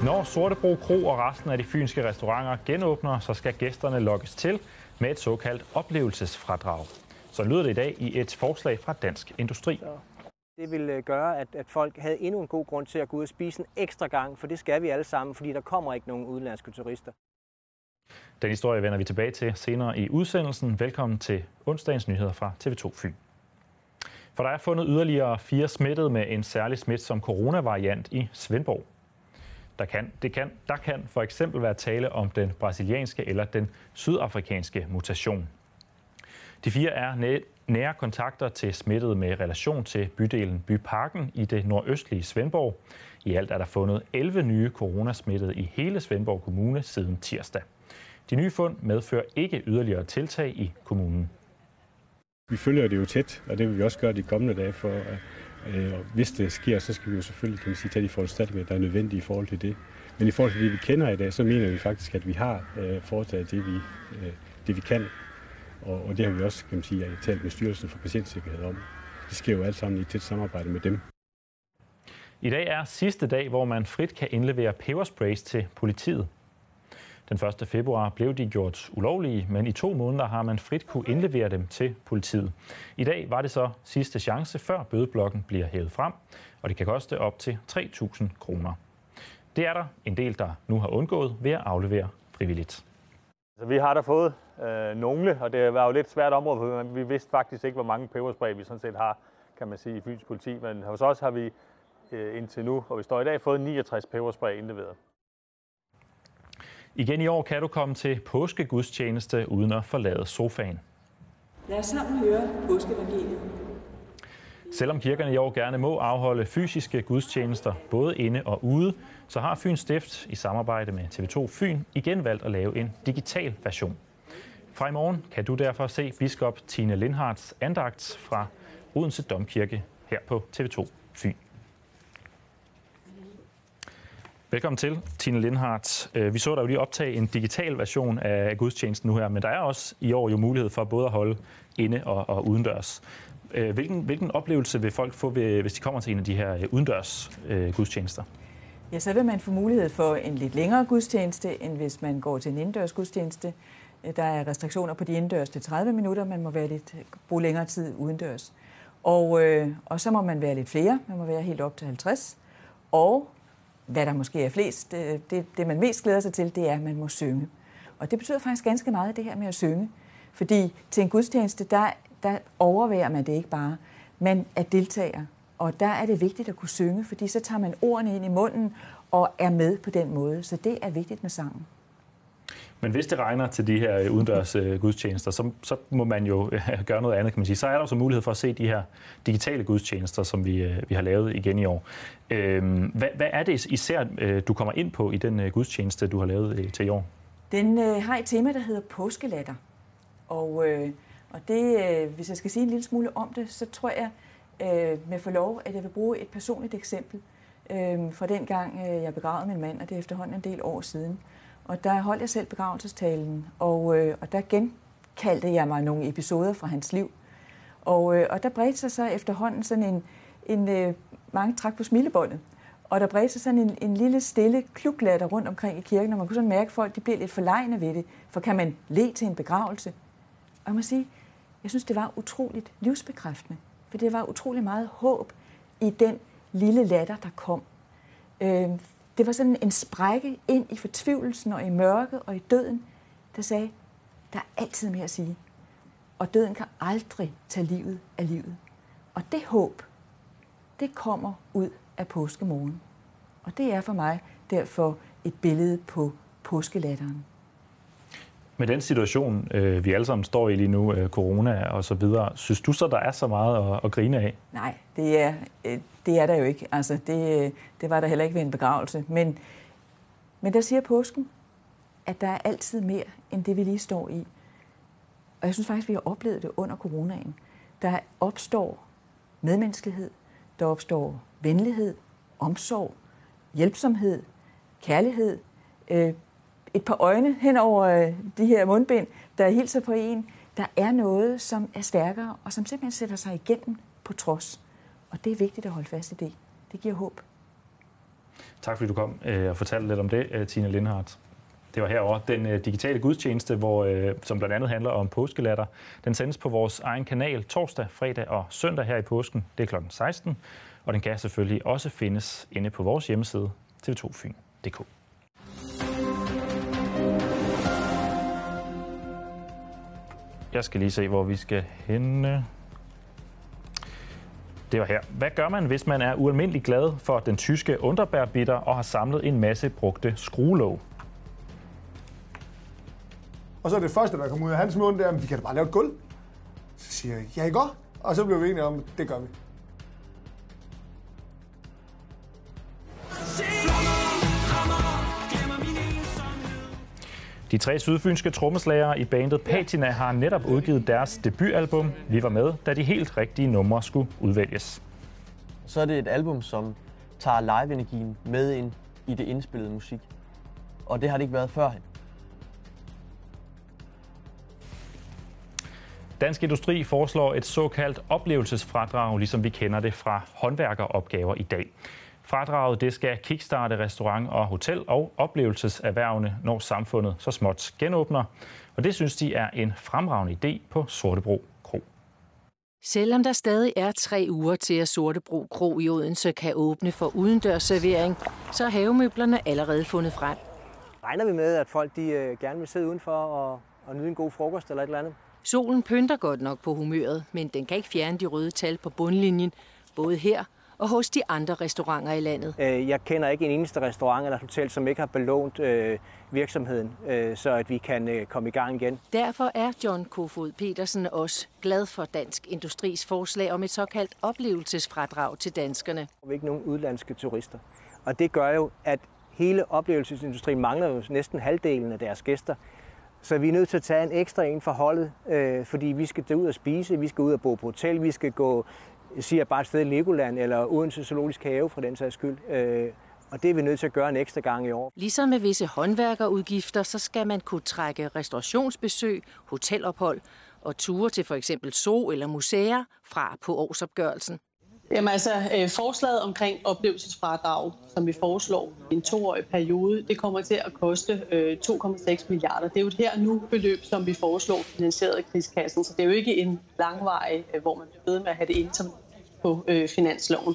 Når Sortebro Kro og resten af de fynske restauranter genåbner, så skal gæsterne lokkes til med et såkaldt oplevelsesfradrag. Så lyder det i dag i et forslag fra Dansk Industri. Det vil gøre, at folk havde endnu en god grund til at gå ud og spise en ekstra gang, for det skal vi alle sammen, fordi der kommer ikke nogen udenlandske turister. Den historie vender vi tilbage til senere i udsendelsen. Velkommen til onsdagens nyheder fra TV2 Fyn. For der er fundet yderligere 4 smittede med en særlig smitsom coronavariant i Svendborg. Der kan for eksempel være tale om den brasilianske eller den sydafrikanske mutation. De 4 er nære kontakter til smittede med relation til bydelen Byparken i det nordøstlige Svendborg. I alt er der fundet 11 nye coronasmittede i hele Svendborg Kommune siden tirsdag. De nye fund medfører ikke yderligere tiltag i kommunen. Vi følger det jo tæt, og det vil vi også gøre de kommende dage, for hvis det sker, så skal vi jo selvfølgelig tage de foranstaltninger, der er nødvendige i forhold til det. Men i forhold til det, vi kender i dag, så mener vi faktisk, at vi har foretaget det, vi kan. Og det har vi også talt med Styrelsen for Patientsikkerhed om. Det sker jo alt sammen i et tæt samarbejde med dem. I dag er sidste dag, hvor man frit kan indlevere pebersprays til politiet. Den 1. februar blev de gjort ulovlige, men i 2 måneder har man frit kunne indlevere dem til politiet. I dag var det så sidste chance, før bødeblokken bliver hævet frem, og det kan koste op til 3.000 kroner. Det er der en del, der nu har undgået ved at aflevere frivilligt. Vi har da fået nogle, og det var jo lidt svært område, for vi vidste faktisk ikke, hvor mange peberspray vi sådan set har, kan man sige, i Fyns politi. Men hos os har vi indtil nu, og vi står i dag, fået 69 peberspray indleveret. Igen i år kan du komme til påskegudstjeneste uden at forlade sofaen. Lad os sammen høre påskeevangeliet. Selvom kirkerne i år gerne må afholde fysiske gudstjenester, både inde og ude, så har Fyns Stift i samarbejde med TV2 Fyn igen valgt at lave en digital version. Fra i morgen kan du derfor se biskop Tine Lindhardts andagt fra Odense Domkirke her på TV2 Fyn. Velkommen til, Tine Lindhardt. Vi så dig jo lige optage en digital version af gudstjenesten nu her, men der er også i år jo mulighed for både at holde inde og udendørs. Hvilken oplevelse vil folk få, hvis de kommer til en af de her udendørs gudstjenester? Ja, så vil man få mulighed for en lidt længere gudstjeneste, end hvis man går til en indendørs gudstjeneste. Der er restriktioner på de indendørs til 30 minutter, man må bruge længere tid udendørs. Og så må man være lidt flere, man må være helt op til 50. Og hvad der måske er flest, det man mest glæder sig til, det er, at man må synge. Og det betyder faktisk ganske meget, det her med at synge. Fordi til en gudstjeneste, der overværer man det ikke bare. Man er deltager, og der er det vigtigt at kunne synge, fordi så tager man ordene ind i munden og er med på den måde. Så det er vigtigt med sangen. Men hvis det regner til de her udendørs gudstjenester, så må man jo gøre noget andet, kan man sige. Så er der også mulighed for at se de her digitale gudstjenester, som vi har lavet igen i år. Hvad er det især, du kommer ind på i den gudstjeneste, du har lavet til i år? Den har et tema, der hedder påskelatter. Og det, hvis jeg skal sige en lille smule om det, så tror jeg med forlov, at jeg vil bruge et personligt eksempel fra den gang, jeg begravede min mand, og det er efterhånden en del år siden. Og der holdt jeg selv begravelsestalen, og der genkaldte jeg mig nogle episoder fra hans liv. Og der bredte sig så efterhånden sådan mange trak på smilebåndet. Og der bredte sig sådan en lille stille kluklatter rundt omkring i kirken, og man kunne sådan mærke, at folk de blev lidt forlegne ved det. For kan man le til en begravelse? Og jeg må sige, jeg synes, det var utroligt livsbekræftende. For det var utrolig meget håb i den lille latter, der kom. Det var sådan en sprække ind i fortvivlelsen og i mørket og i døden, der sagde, der er altid mere at sige. Og døden kan aldrig tage livet af livet. Og det håb, det kommer ud af påskemorgen. Og det er for mig derfor et billede på påskelatteren. Med den situation, vi alle sammen står i lige nu, corona og så videre, synes du så, der er så meget at grine af? Nej, det er der jo ikke. Altså, det var der heller ikke ved en begravelse. Men der siger påsken, at der er altid mere end det, vi lige står i. Og jeg synes faktisk, vi har oplevet det under coronaen. Der opstår medmenneskelighed, der opstår venlighed, omsorg, hjælpsomhed, kærlighed, et par øjne hen over de her mundbind, der hilser på en. Der er noget, som er stærkere, og som simpelthen sætter sig igennem på trods. Og det er vigtigt at holde fast i det. Det giver håb. Tak fordi du kom og fortalte lidt om det, Tine Lindhardt. Det var herovre. Den digitale gudstjeneste, som blandt andet handler om påskelatter, den sendes på vores egen kanal torsdag, fredag og søndag her i påsken. Det er kl. 16, og den kan selvfølgelig også findes inde på vores hjemmeside tv2fyn.dk. Jeg skal lige se, hvor vi skal henne. Det var her. Hvad gør man, hvis man er ualmindelig glad for den tyske underbærbitter og har samlet en masse brugte skruelåg? Og så er det første, der kommer ud af hans mund, det er, at vi kan da bare lave et gulv. Så siger jeg, ja, I går. Og så bliver vi enige om, at det gør vi. De 3 sydfynske trommeslagere i bandet Patina har netop udgivet deres debutalbum. Vi var med, da de helt rigtige numre skulle udvælges. Så er det et album, som tager live-energien med ind i det indspillede musik. Og det har det ikke været førhen. Dansk Industri foreslår et såkaldt oplevelsesfradrag, ligesom vi kender det fra håndværkeropgaver i dag. Fradraget det skal kickstarte restaurant- og hotel- og oplevelseserhvervene, når samfundet så småt genåbner. Og det synes de er en fremragende idé på Sortebro Kro. Selvom der stadig er 3 uger til, at Sortebro Kro i Odense kan åbne for udendørsservering, så er havemøblerne allerede fundet frem. Regner vi med, at folk gerne vil sidde udenfor og nyde en god frokost eller et eller andet? Solen pynter godt nok på humøret, men den kan ikke fjerne de røde tal på bundlinjen, både her og hos de andre restauranter i landet. Jeg kender ikke en eneste restaurant eller hotel, som ikke har belånt virksomheden, så at vi kan komme i gang igen. Derfor er John Kofod Petersen også glad for Dansk Industris forslag om et såkaldt oplevelsesfradrag til danskerne. Vi er ikke nogen udlandske turister, og det gør jo, at hele oplevelsesindustrien mangler jo næsten halvdelen af deres gæster. Så vi er nødt til at tage en ekstra en for holdet, fordi vi skal ud og spise, vi skal ud og bo på hotel, vi skal gå, siger bare et sted i Legoland eller Odense Zoologisk Have for den sags skyld. Og det er vi nødt til at gøre en ekstra gang i år. Ligesom med visse håndværkerudgifter, så skal man kunne trække restaurationsbesøg, hotelophold og ture til for eksempel zoo eller museer fra på årsopgørelsen. Jamen altså, forslaget omkring oplevelsesfradrag, som vi foreslår i en 2-årig periode, det kommer til at koste 2,6 milliarder. Det er jo et her nu beløb, som vi foreslår finansieret af krigskassen, så det er jo ikke en langvarig, hvor man bliver ved med at have det ind på finansloven.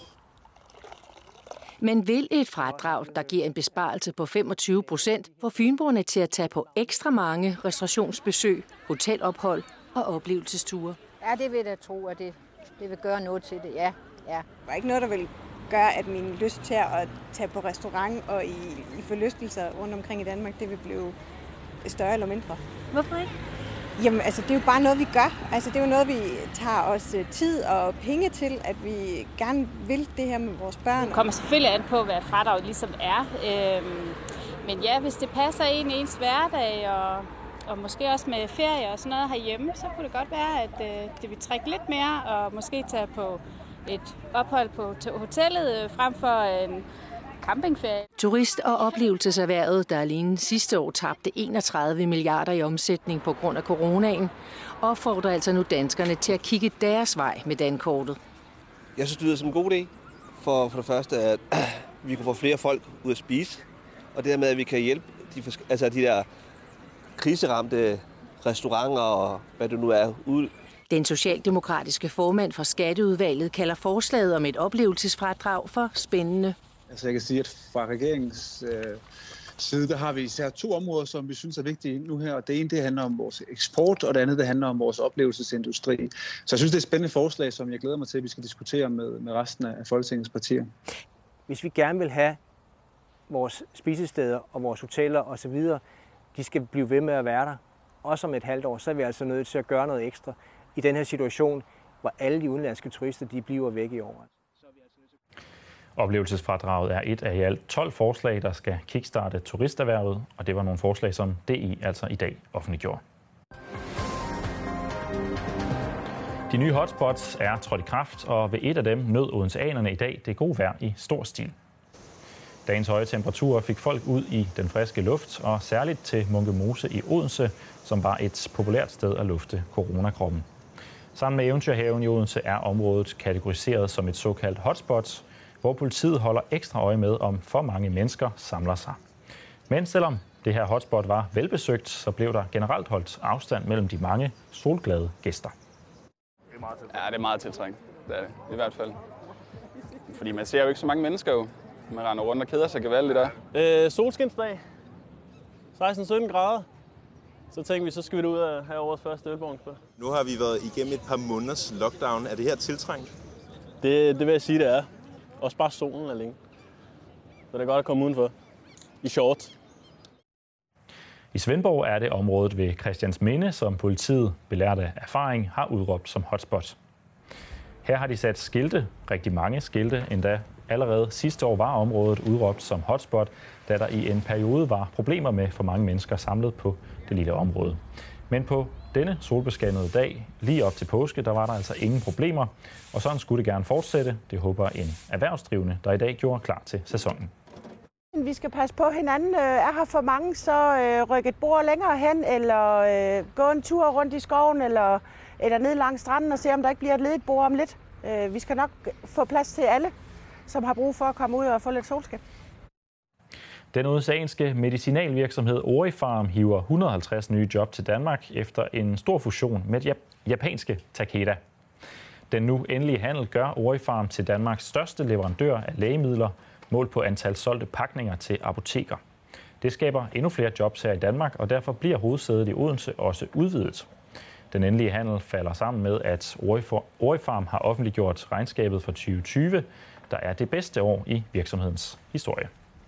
Men vil et fradrag, der giver en besparelse på 25%, få fynboerne til at tage på ekstra mange restaurationsbesøg, hotelophold og oplevelsesture? Ja, det vil jeg da tro, at det vil gøre noget til det, ja. Der var ikke noget, der vil gøre, at min lyst til at tage på restaurant og i forlystelser rundt omkring i Danmark, det vil blive større eller mindre. Hvorfor ikke? Jamen, altså, det er jo bare noget, vi gør. Altså, det er jo noget, vi tager os tid og penge til, at vi gerne vil det her med vores børn. Det kommer selvfølgelig an på, hvad fradraget ligesom er. Men ja, hvis det passer ind i ens hverdag og måske også med ferie og sådan noget herhjemme, så kunne det godt være, at det vil trække lidt mere og måske tage på et ophold på hotellet frem for en campingferie. Turist- og oplevelseserhvervet, der alene sidste år tabte 31 milliarder i omsætning på grund af coronaen, opfordrer altså nu danskerne til at kigge deres vej med dankortet. Jeg synes, det lyder som en god idé. For det første, at vi kan få flere folk ud at spise, og dermed, at vi kan hjælpe de der kriseramte restauranter og hvad det nu er ude. Den socialdemokratiske formand for Skatteudvalget kalder forslaget om et oplevelsesfradrag for spændende. Altså jeg kan sige, at fra regeringens side, der har vi især 2 områder, som vi synes er vigtige nu her. Og det ene, det handler om vores eksport, og det andet, det handler om vores oplevelsesindustri. Så jeg synes, det er et spændende forslag, som jeg glæder mig til, at vi skal diskutere med resten af Folketingets partier. Hvis vi gerne vil have vores spisesteder og vores hoteller osv., de skal blive ved med at være der, også om et halvt år, så er vi altså nødt til at gøre noget ekstra i den her situation, hvor alle de udenlandske turister, de bliver væk i år. Oplevelsesfradraget er et af i alt 12 forslag, der skal kickstarte turisterhvervet, og det var nogle forslag, som DI altså i dag offentliggjorde. De nye hotspots er trådt i kraft, og ved et af dem nød odenseanerne i dag det gode vejr i stor stil. Dagens høje temperaturer fik folk ud i den friske luft, og særligt til Munke Mose i Odense, som var et populært sted at lufte coronakroppen. Sammen med Eventyrhaven i Odense er området kategoriseret som et såkaldt hotspot, hvor politiet holder ekstra øje med, om for mange mennesker samler sig. Men selvom det her hotspot var velbesøgt, så blev der generelt holdt afstand mellem de mange solglade gæster. Ja, det er meget tiltrængt. Det er det, i hvert fald. Fordi man ser jo ikke så mange mennesker jo. Man render rundt og keder sig gevaldigt der. Solskinsdag. 16-17 grader. Så tænkte vi, så skal vi ud og have årets første ølvognsspil. Nu har vi været igennem et par måneders lockdown. Er det her tiltrængt? Det vil jeg sige, det er. Også bare solen alene. Så det er godt at komme udenfor. I shorts. I Svendborg er det området ved Christiansminde, som politiet, belært af erfaring, har udråbt som hotspot. Her har de sat skilte, rigtig mange skilte, endda allerede sidste år var området udråbt som hotspot, da der i en periode var problemer med for mange mennesker samlet på det lille område. Men på denne solbeskannede dag, lige op til påske, der var der altså ingen problemer, og sådan skulle det gerne fortsætte. Det håber en erhvervsdrivende, der i dag gjorde klar til sæsonen. Vi skal passe på hinanden. Er her for mange, så rykke et bord længere hen, eller gå en tur rundt i skoven, eller ned langs stranden og se, om der ikke bliver et ledigt bord om lidt. Vi skal nok få plads til alle, som har brug for at komme ud og få lidt solskin. Den odenseanske medicinalvirksomhed Orifarm hiver 150 nye job til Danmark efter en stor fusion med japanske Takeda. Den nu endelige handel gør Orifarm til Danmarks største leverandør af lægemidler, målt på antal solgte pakninger til apoteker. Det skaber endnu flere jobs her i Danmark, og derfor bliver hovedsædet i Odense også udvidet. Den endelige handel falder sammen med, at Orifarm har offentliggjort regnskabet for 2020, der er det bedste år i virksomhedens historie.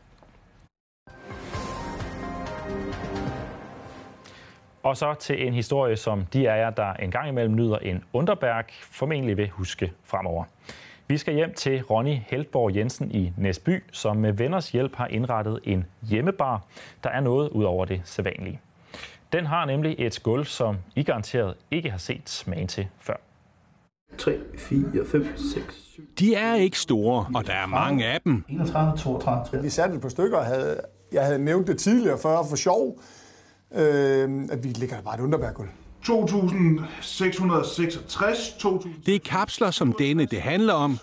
Og så til en historie, som de af jer, der en gang imellem nyder en Underberg, formentlig vil huske fremover. Vi skal hjem til Ronny Heltborg Jensen i Næsby, som med venners hjælp har indrettet en hjemmebar, der er noget ud over det sædvanlige. Den har nemlig et gulv, som I garanteret ikke har set smagen til før. 3, 4, 5, 6, 7. De er ikke store, og der er mange af dem. 31, 32. Vi satte et par stykker, jeg havde nævnt det tidligere for sjov, at vi ligger bare et Underberggulv. 2.666, 2.000. Det er kapsler som denne, det handler om.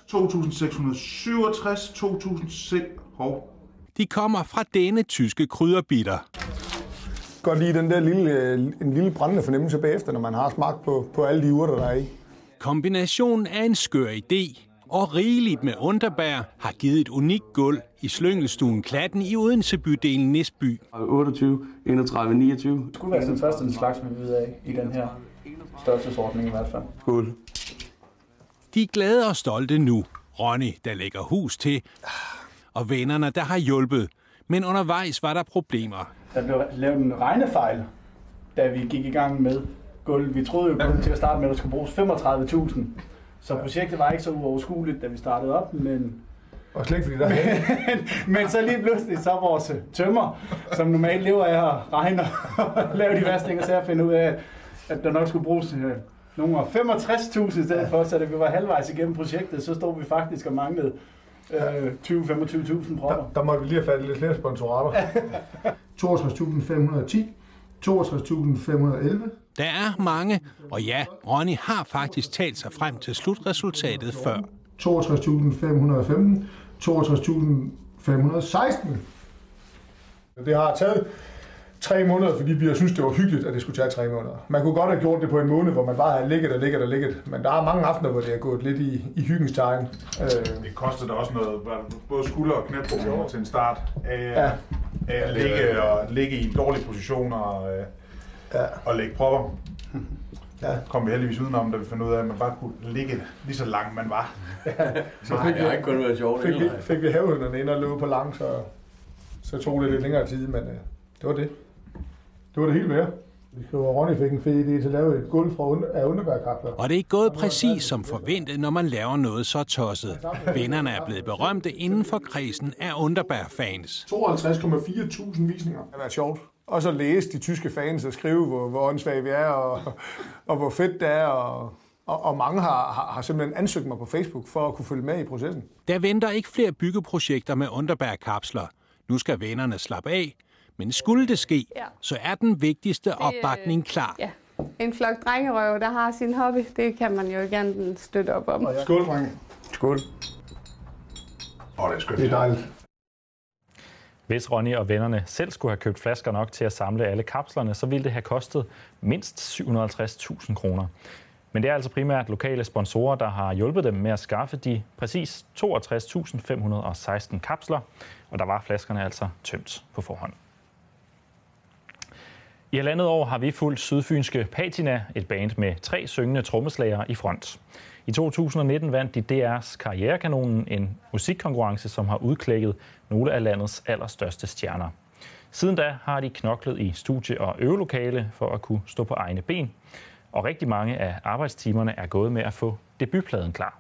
2.667, 2.006. De kommer fra denne tyske krydderbitter. Godt lide den der en lille brændende fornemmelse bagefter, når man har smagt på alle de urter, der er i. Kombinationen af en skør idé og rigeligt med underbær har givet et unikt gulv i slyngelstuen Klatten i Odense-bydelen Næsby. 28, 31, 29. Det skulle være den første slags, vi ved af i den her størrelsesordning i hvert fald. Skål. De er glade og stolte nu. Ronny, der lægger hus til, og vennerne, der har hjulpet. Men undervejs var der problemer. Der blev lavet en regnefejl, da vi gik i gang med gulv. Vi troede jo kun til at starte med, at der skulle bruges 35.000. Så projektet var ikke så uoverskueligt, da vi startede op, men... Og slet ikke fordi der er men så lige pludselig, så vores tømmer, som normalt lever af at regne og lave diverse ting, og så finde ud af, at der nok skulle bruges nogle 65.000 i stedet for, så da vi var halvvejs igennem projektet, så stod vi faktisk og manglede 20-25.000 propper. Der måtte vi lige have fat i lidt flere sponsorater. 62.510, 62.511. Der er mange, og ja, Ronny har faktisk talt sig frem til slutresultatet før. 62.515, 62.516. Det har taget 3 måneder, fordi vi synes det var hyggeligt, at det skulle tage 3 måneder. Man kunne godt have gjort det på en måned, hvor man bare havde ligget. Men der er mange aftener, hvor det er gået lidt i hyggens tegn. Det koster da også noget, både skulder- og knæproblemer til en start af at ligge i dårlige positioner og lægge propper. Ja. Kom vi heldigvis udenom, da vi fandt ud af, at man bare kunne ligge lige så langt man var. Så fik det har ikke kun været sjovt. Fik vi havehønderne ind og løbe på lang, så tog det lidt længere tid, men det var det. Det var det hele værd. Vi skriver, at Ronny fik en fed idé til at lave et gulv af Underbergkapsler. Og det er gået præcis som forventet, når man laver noget så tosset. Vennerne er blevet berømte inden for kredsen af Underberg-fans. 52.400 visninger. Det har været sjovt. Og så læse de tyske fans og skrive, hvor åndssvage vi er, og hvor fedt det er. Og mange har simpelthen ansøgt mig på Facebook for at kunne følge med i processen. Der venter ikke flere byggeprojekter med Underberg-kapsler. Nu skal vennerne slappe af. Men skulle det ske, så er den vigtigste opbakning klar. Ja. En flok drengerøv, der har sin hobby, det kan man jo gerne støtte op om. Skål, drenge. Skål. Det er dejligt. Hvis Ronny og vennerne selv skulle have købt flasker nok til at samle alle kapslerne, så ville det have kostet mindst 750.000 kroner. Men det er altså primært lokale sponsorer, der har hjulpet dem med at skaffe de præcis 62.516 kapsler, og der var flaskerne altså tømt på forhånd. I halvandet år har vi fulgt sydfynske Patina, et band med 3 syngende trommeslagere i front. I 2019 vandt de DR's Karrierekanonen, en musikkonkurrence, som har udklækket nogle af landets allerstørste stjerner. Siden da har de knoklet i studie- og øvelokale for at kunne stå på egne ben, og rigtig mange af arbejdstimerne er gået med at få debutpladen klar.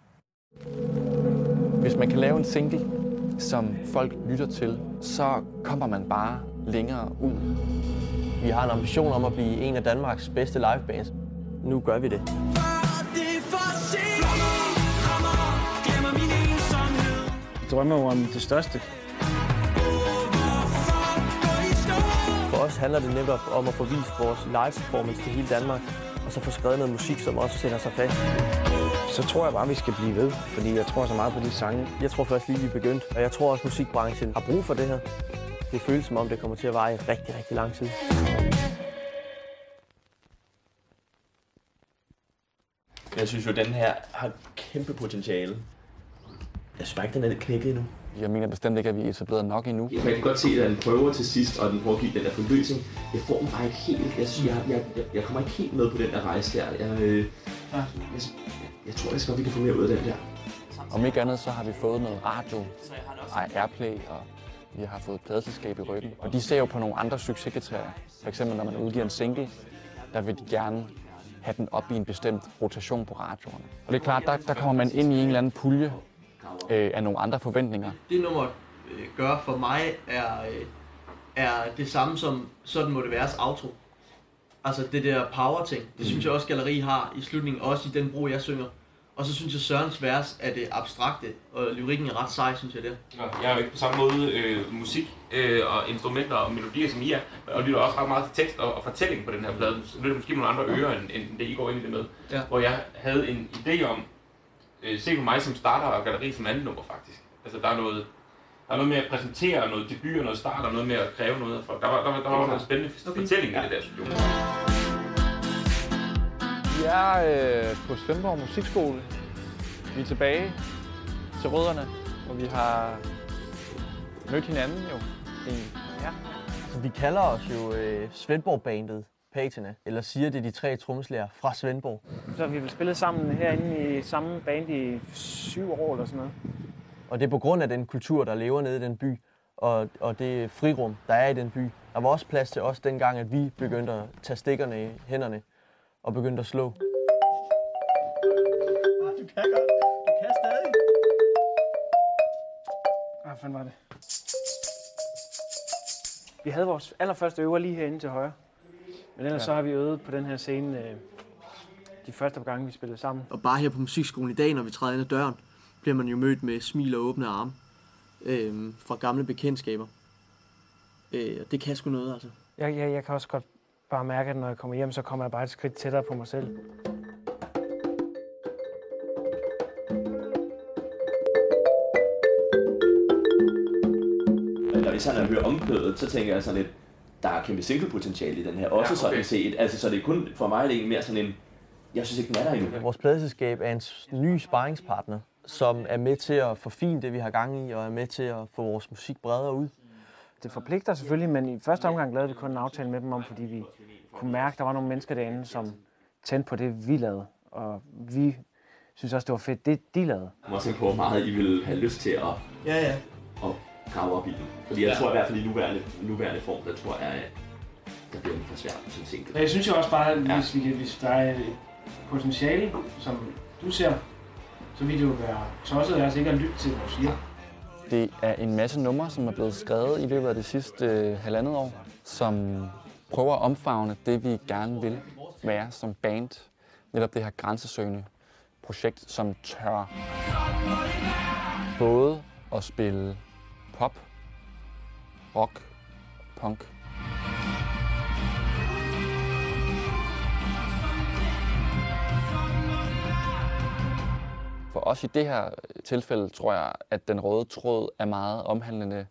Hvis man kan lave en single, som folk lytter til, så kommer man bare længere ud. Vi har en ambition om at blive en af Danmarks bedste livebands. Nu gør vi det. Jeg drømmer jo om det største. For os handler det netop om at få vist vores live-performance til hele Danmark, og så få skrevet noget musik, som også sætter sig fast. Så tror jeg bare, vi skal blive ved, fordi jeg tror så meget på de sange. Jeg tror først lige, vi er begyndt, og jeg tror også, musikbranchen har brug for det her. Det føles som om, det kommer til at vare i rigtig, rigtig lang tid. Jeg synes jo, at den her har kæmpe potentiale. Jeg synes bare ikke, den er knækket endnu. Jeg mener bestemt ikke, at vi er etableret nok endnu. Jeg kan godt se, at den prøver til sidst, og den prøver at give den der forløsning. Jeg får den bare ikke helt. Jeg kommer ikke helt med på den der rejse der. Jeg tror, at vi kan få mere ud af den der. Om ikke andet, så har vi fået noget radio, Airplay, og vi har fået pladeselskab i ryggen. Og de ser jo på nogle andre succeskriterier. For eksempel, når man udgiver en single, der vil de gerne have den op i en bestemt rotation på radioerne. Og det er klart, der kommer man ind i en eller anden pulje af nogle andre forventninger. Det nummer gør for mig er det samme som Sådan må det væres outro. Altså det der power ting, det synes jeg også Galleri har i slutningen, også i den bro jeg synger. Og så synes jeg Sørens vers er det abstrakte, og lyrikken er ret sej, synes jeg det. Jeg er jo ikke på samme måde musik og instrumenter og melodier som I er, og lytter også ret meget til tekst og fortælling på den her plade. Så lytter måske nogle andre ører, end det I går ind i det med. Ja. Hvor jeg havde en idé om, se på mig som starter og Galleri som anden nummer faktisk. Altså der er noget med at præsentere, noget debut og noget start, og noget med at kræve noget af folk. Der var noget spændende fortælling i det der studio. Vi er på Svendborg Musikskole. Vi er tilbage til rødderne, og vi har mødt hinanden jo. Ja. Så vi kalder os jo Svendborg-bandet Patina, eller siger det de 3 trommeslagere fra Svendborg. Så vi har spillet sammen herinde i samme band i 7 år eller sådan noget. Og det er på grund af den kultur, der lever nede i den by, og det frirum, der er i den by. Der var også plads til os dengang, at vi begyndte at tage stikkerne i hænderne og begyndte at slå. Du kan godt. Du kan stadig. Hvad fanden var det? Vi havde vores allerførste øver lige herinde til højre. Men ellers så har vi øvet på den her scene de første par gange, vi spillede sammen. Og bare her på musikskolen i dag, når vi træder ind ad døren, bliver man jo mødt med smil og åbne arme fra gamle bekendtskaber. Det kan sgu noget, altså. Jeg kan også godt bare mærke, at når jeg kommer hjem, så kommer jeg bare et skridt tættere på mig selv. Når vi sådan hører omkvædet, så tænker jeg sådan lidt, der er kæmpe single-potentiale i den her. Også sådan set. Altså, så det er kun for mig det er mere sådan en, jeg synes ikke, den er der endnu. Vores pladeselskab er en ny sparringspartner, som er med til at forfine det, vi har gang i, og er med til at få vores musik bredere ud. Det forpligter selvfølgelig, men i første omgang lavede vi kun en aftale med dem om, fordi vi kunne mærke, at der var nogle mennesker derinde, som tændte på det, vi lavede. Og vi synes også, det var fedt, det de lavede. Jeg må tænke på, hvor meget I ville have lyst til at grave op i den. Fordi jeg tror i hvert fald i nuværende form, der tror jeg, der bliver for svært som single. Jeg synes jo også bare, at hvis der er et potentiale, som du ser, så vil det jo være tosset af os ikke at lytte til, hvad du siger. Det er en masse numre, som er blevet skrevet i løbet af det sidste halvandet år, som prøver at omfavne det, vi gerne vil være som band. Netop det her grænsesøgende projekt, som tør både at spille pop, rock, punk. For for os i det her tilfælde, tror jeg, at den røde tråd er meget omhandlende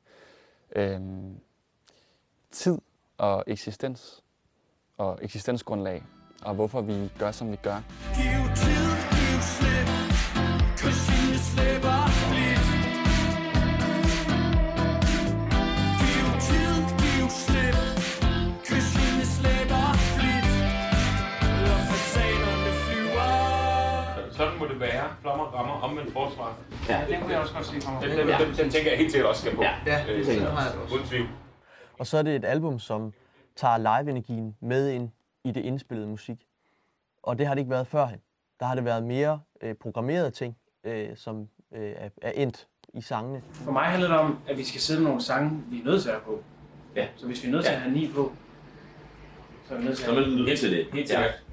tid og eksistens og eksistensgrundlag, og hvorfor vi gør, som vi gør. Giv tid, giv slip, Christine slipper lidt. Giv tid, giv slip, Christine slipper lidt. Og fasanerne flyver. Sådan må det være. Flammer rammer omvendt forsvar. Ja, det kunne jeg også godt se for mig. Den tænker jeg helt sikkert også skal på. Ja, det tænker jeg også. Uden tvivl. Og så er det et album, som tager live-energien med ind i det indspillede musik. Og det har det ikke været førhen. Der har det været mere programmerede ting, som er endt i sangene. For mig handler det om, at vi skal sætte nogle sange, vi er nødt til at have på. Ja. Så hvis vi er nødt til at have 9 på, så er vi nødt til at have helt til det. Helt sikkert.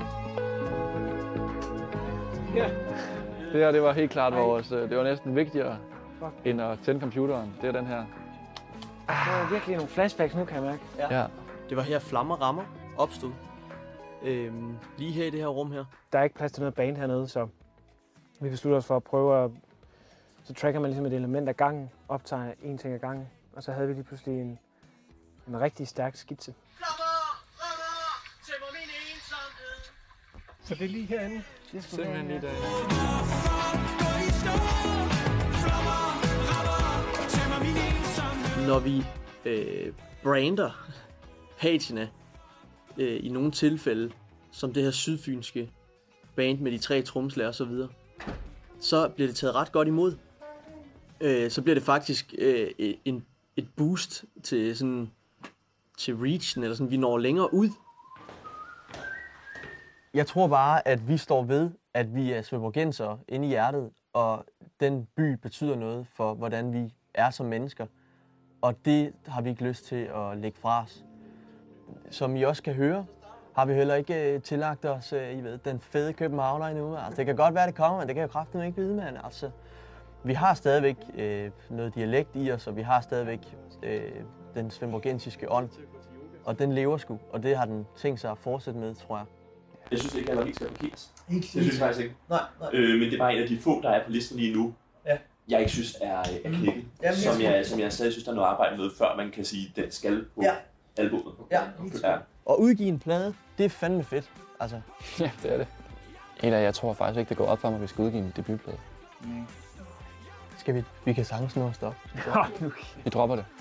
Ja. Det her, det var helt klart vores, det var næsten vigtigere end at tænde computeren. Det er den her. Der er virkelig nogle flashbacks nu, kan jeg mærke. Ja. Det var her Flammer rammer opstod. Lige her i det her rum her. Der er ikke plads til noget band hernede, så vi beslutter os for at prøve at... Så tracker man ligesom et element ad gangen, optager en ting ad gangen, og så havde vi lige pludselig en rigtig stærk skitse. Så det er lige herinde? Det er simpelthen lige derinde. Når vi brander pagene i nogle tilfælde, som det her sydfynske band med de 3 trommeslager og så videre, så bliver det taget ret godt imod. Så bliver det faktisk et boost til sådan til reachen, eller sådan, vi når længere ud. Jeg tror bare, at vi står ved, at vi er svendborgensere inde i hjertet, og den by betyder noget for, hvordan vi er som mennesker. Og det har vi ikke lyst til at lægge fra os. Som I også kan høre, har vi heller ikke tillagt os den fede københavner endnu. Altså, det kan godt være, det kommer, men det kan jo kraftedeme ikke vide, mand. Altså, vi har stadigvæk noget dialekt i os, og vi har stadigvæk den svendborgensiske ånd. Og den lever sgu, og det har den tænkt sig at fortsætte med, tror jeg. Jeg synes ikke, at vi skal parkeres. Det synes jeg faktisk ikke. Nej. Men det er bare en af de få, der er på listen lige nu, jeg ikke synes er knækket. Som jeg stadig synes, der er noget arbejde med, før man kan sige, at den skal på albumet. Ja. Og udgive en plade, det er fandme fedt. Altså. Ja, det er det. Jeg tror faktisk ikke, det går op for mig, at vi skal udgive en debutplade. Skal vi kan sagtens nå at stoppe. Vi dropper det.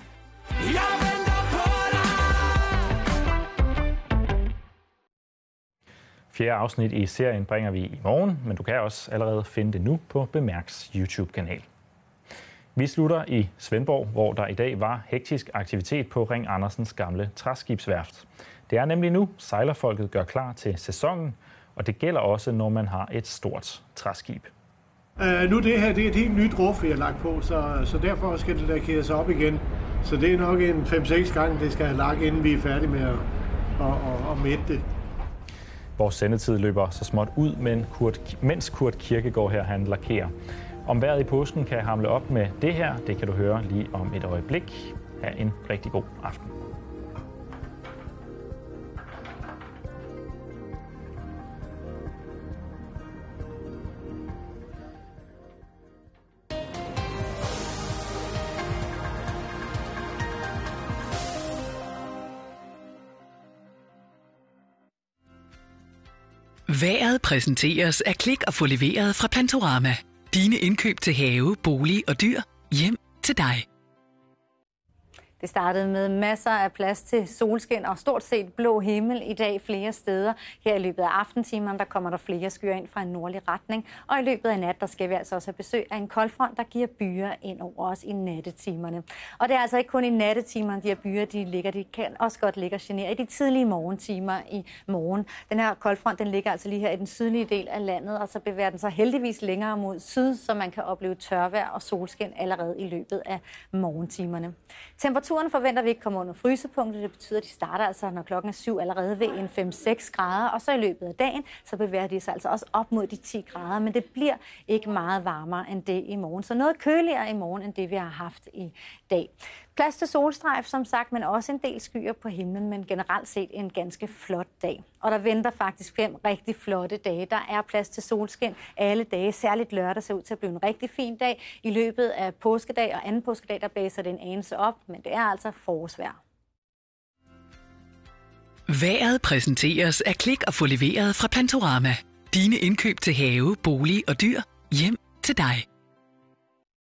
Fjerde afsnit i serien bringer vi i morgen, men du kan også allerede finde det nu på Bemærks YouTube-kanal. Vi slutter i Svendborg, hvor der i dag var hektisk aktivitet på Ring Andersens gamle træskibsværft. Det er nemlig nu, sejlerfolket gør klar til sæsonen, og det gælder også, når man har et stort træskib. Nu det her, det er et helt nyt ruf, vi har lagt på, så derfor skal det lakkeres op igen. Så det er nok en 5-6 gange, det skal have lagt, inden vi er færdige med at mætte det. Vores sendetid løber så småt ud, men mens Kurt Kirkegaard her, han lakerer. Om vejret i påsken kan hamle op med det her, det kan du høre lige om et øjeblik. Ha' en rigtig god aften. Vejret præsenteres af Klik og få leveret fra Plantorama. Dine indkøb til have, bolig og dyr. Hjem til dig. Det startede med masser af plads til solskin og stort set blå himmel i dag flere steder. Her i løbet af aftentimerne, der kommer der flere skyer ind fra en nordlig retning. Og i løbet af nat, der skal vi altså også have besøg af en koldfront, der giver byer ind over os i nattetimerne. Og det er altså ikke kun i nattetimerne, de her byer, de kan også godt ligge og genere i de tidlige morgentimer i morgen. Den her koldfront, den ligger altså lige her i den sydlige del af landet, og så bevæger den sig heldigvis længere mod syd, så man kan opleve tørvejr og solskin allerede i løbet af morgentimerne. Temperaturen forventer vi ikke kommer under frysepunktet. Det betyder, at de starter altså, når klokken er 7, allerede ved en 5-6 grader. Og så i løbet af dagen, så bevæger de sig altså også op mod de 10 grader. Men det bliver ikke meget varmere end det i morgen. Så noget køligere i morgen, end det vi har haft i dag. Plads til solstrejf, som sagt, men også en del skyer på himlen, men generelt set en ganske flot dag. Og der venter faktisk 5 rigtig flotte dage. Der er plads til solskin alle dage, særligt lørdag ser ud til at blive en rigtig fin dag. I løbet af påskedag og anden påskedag, der blæser det en anelse op, men det er altså forårsvejr. Vejret præsenteres af Klik og få leveret fra Plantorama. Dine indkøb til have, bolig og dyr, hjem til dig.